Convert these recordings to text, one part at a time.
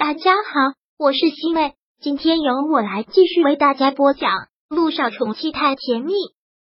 大家好，我是西妹，今天由我来继续为大家播讲《陆少宠妻太甜蜜》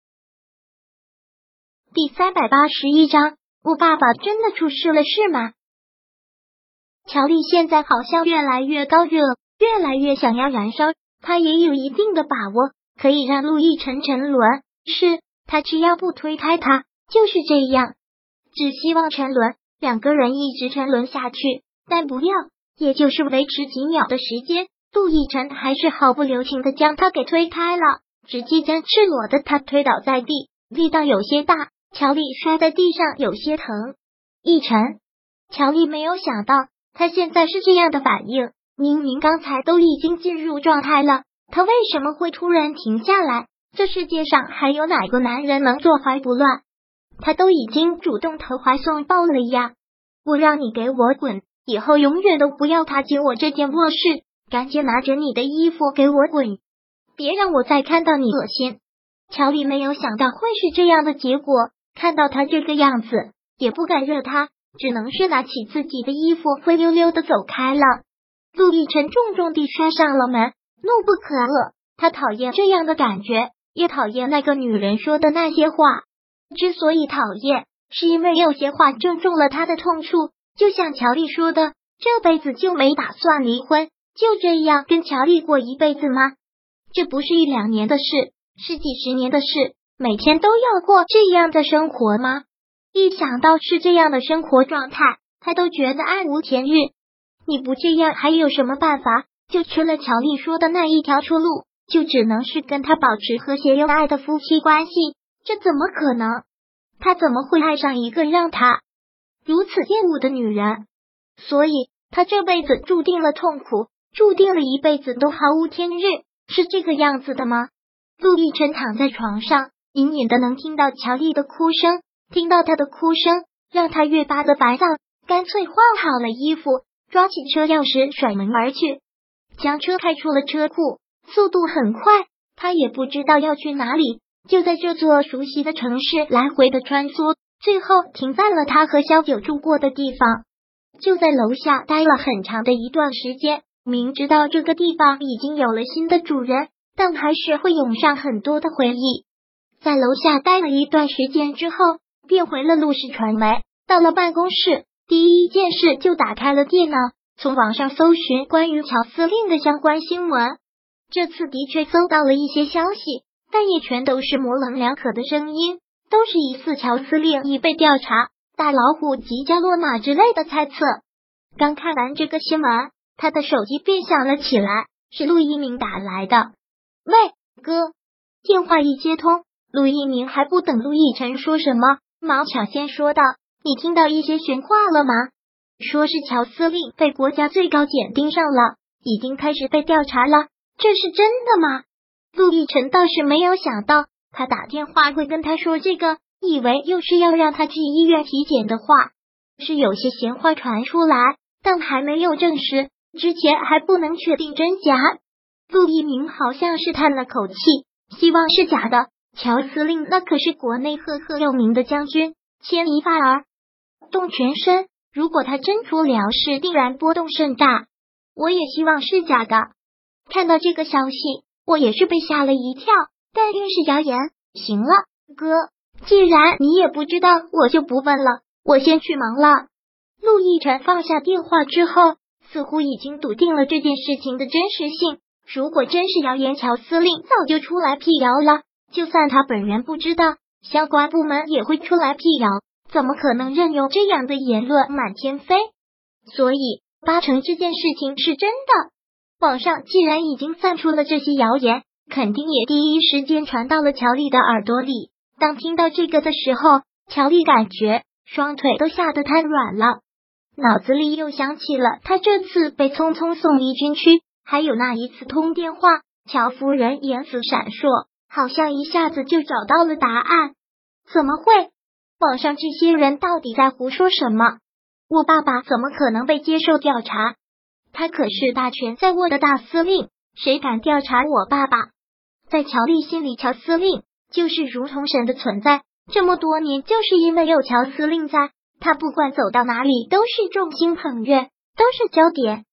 第381章。我爸爸真的出事了是吗？乔丽现在好像越来越高热，越来越想要燃烧，她也有一定的把握可以让陆亦辰沉沦，是她只要不推开他，就是这样，只希望沉沦，两个人一直沉沦下去，但不要也就是维持几秒的时间，陆亦辰还是毫不留情的将他给推开了，直接将赤裸的他推倒在地，力道有些大，乔丽摔在地上有些疼。亦辰，乔丽没有想到他现在是这样的反应，明明刚才都已经进入状态了，他为什么会突然停下来？这世界上还有哪个男人能坐怀不乱？他都已经主动投怀送抱了呀！我让你给我滚！以后永远都不要踏进我这间卧室，赶紧拿着你的衣服给我滚，别让我再看到你恶心。乔丽没有想到会是这样的结果，看到他这个样子也不敢惹他，只能是拿起自己的衣服灰溜溜的走开了。陆亦辰重重地摔上了门，怒不可遏，他讨厌这样的感觉，也讨厌那个女人说的那些话。之所以讨厌，是因为有些话正中了他的痛处，就像乔丽说的，这辈子就没打算离婚，就这样跟乔丽过一辈子吗？这不是1-2年的事，是几十年的事，每天都要过这样的生活吗？一想到是这样的生活状态，他都觉得暗无天日。你不这样还有什么办法？就除了乔丽说的那一条出路，就只能是跟他保持和谐友爱的夫妻关系，这怎么可能？他怎么会爱上一个让他如此厌恶的女人？所以他这辈子注定了痛苦，注定了一辈子都毫无天日，是这个样子的吗？陆亦辰躺在床上，隐隐的能听到乔丽的哭声，听到她的哭声让他越发的烦躁，干脆换好了衣服，抓起车钥匙甩门而去，将车开出了车库，速度很快，他也不知道要去哪里，就在这座熟悉的城市来回的穿梭，最后停在了他和萧九住过的地方。就在楼下待了很长的一段时间，明知道这个地方已经有了新的主人，但还是会涌上很多的回忆。在楼下待了一段时间之后，便回了陆氏传媒，到了办公室，第一件事就打开了电脑，从网上搜寻关于乔司令的相关新闻。这次的确搜到了一些消息，但也全都是模棱两可的声音，都是疑似乔司令已被调查，大老虎即将落马之类的猜测。刚看完这个新闻，他的手机便响了起来，是陆一鸣打来的。喂，哥。电话一接通，陆一鸣还不等陆亦辰说什么，忙抢先说道：你听到一些玄话了吗？说是乔司令被国家最高检盯上了，已经开始被调查了，这是真的吗？陆亦辰倒是没有想到他打电话会跟他说这个，以为又是要让他去医院体检的话，是有些闲话传出来，但还没有证实，之前还不能确定真假。陆一鸣好像是叹了口气，希望是假的，乔司令那可是国内赫赫有名的将军，牵一发而动全身，如果他真出了事，定然波动甚大。我也希望是假的。看到这个消息，我也是被吓了一跳，但愿是谣言。行了，哥，既然你也不知道，我就不问了，我先去忙了。陆亦辰放下电话之后，似乎已经笃定了这件事情的真实性。如果真是谣言，乔司令早就出来辟谣了，就算他本人不知道，相关部门也会出来辟谣，怎么可能任由这样的言论满天飞？所以八成这件事情是真的。网上既然已经散出了这些谣言，肯定也第一时间传到了乔丽的耳朵里。当听到这个的时候，乔丽感觉双腿都吓得瘫软了，脑子里又想起了他这次被匆匆送离军区，还有那一次通电话，乔夫人眼死闪烁，好像一下子就找到了答案。怎么会？网上这些人到底在胡说什么？我爸爸怎么可能被接受调查？他可是大权在握的大司令，谁敢调查我爸爸？在乔丽心里，乔司令就是如同神的存在，这么多年就是因为有乔司令在，他不管走到哪里都是众星捧月，都是焦点。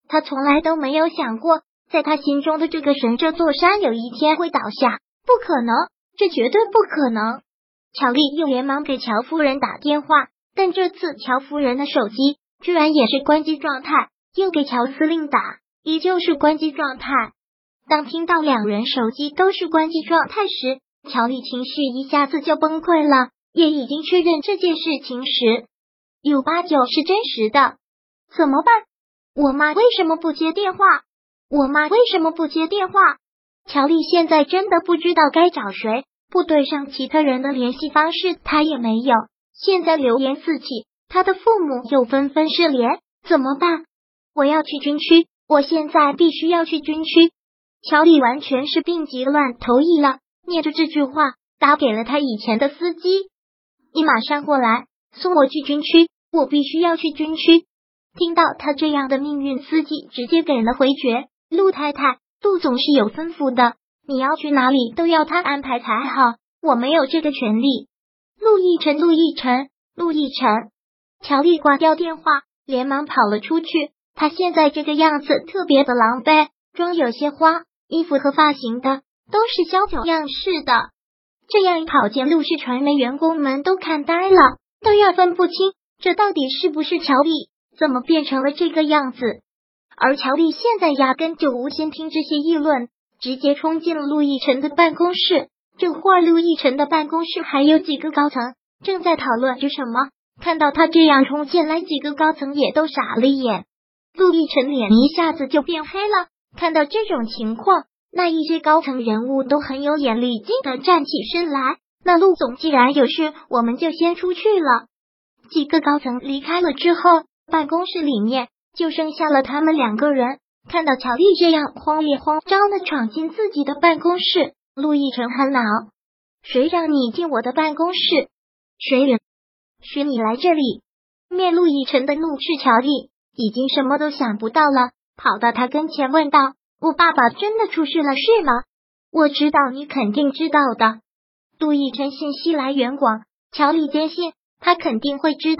他从来都没有想过，在他心中的这个神这座山有一天会倒下，不可能，这绝对不可能。乔丽又连忙给乔夫人打电话，但这次乔夫人的手机居然也是关机状态，又给乔司令打，依旧是关机状态。当听到两人手机都是关机状态时，乔丽情绪一下子就崩溃了，也已经确认这件事情时有89是真实的。怎么办？我妈为什么不接电话？我妈为什么不接电话？乔丽现在真的不知道该找谁，部队上其他人的联系方式她也没有，现在流言四起，她的父母又纷纷失联，怎么办？我要去军区，我现在必须要去军区。乔丽完全是病急乱投医了，念着这句话，打给了他以前的司机：“你马上过来，送我去军区，我必须要去军区。”听到他这样的命令，司机直接给了回绝：“陆太太，陆总是有吩咐的，你要去哪里都要他安排才好，我没有这个权利。”陆亦辰，陆亦辰，陆亦辰。乔丽挂掉电话，连忙跑了出去。他现在这个样子特别的狼狈，妆有些花，衣服和发型的都是萧九样式的，这样跑见陆氏传媒员工们都看呆了，都要分不清这到底是不是乔丽，怎么变成了这个样子。而乔丽现在压根就无心听这些议论，直接冲进了陆亦辰的办公室。这会儿陆亦辰的办公室还有几个高层正在讨论着什么，看到他这样冲进来，几个高层也都傻了眼。陆亦辰脸一下子就变黑了，看到这种情况，那一些高层人物都很有眼力劲的站起身来。那陆总既然有事，我们就先出去了。几个高层离开了之后，办公室里面就剩下了他们两个人。看到乔丽这样慌里慌张的闯进自己的办公室，陆亦辰很恼：谁让你进我的办公室？谁允许你来这里？面陆亦辰的怒斥，乔丽已经什么都想不到了，跑到他跟前问道：我爸爸真的出事了是吗？我知道你肯定知道的。陆亦辰信息来源广，乔丽坚信他肯定会知道。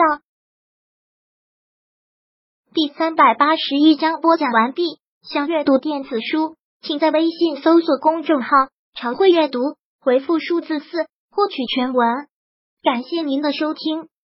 第381章播讲完毕。想阅读电子书，请在微信搜索公众号常会阅读，回复数字4获取全文。感谢您的收听。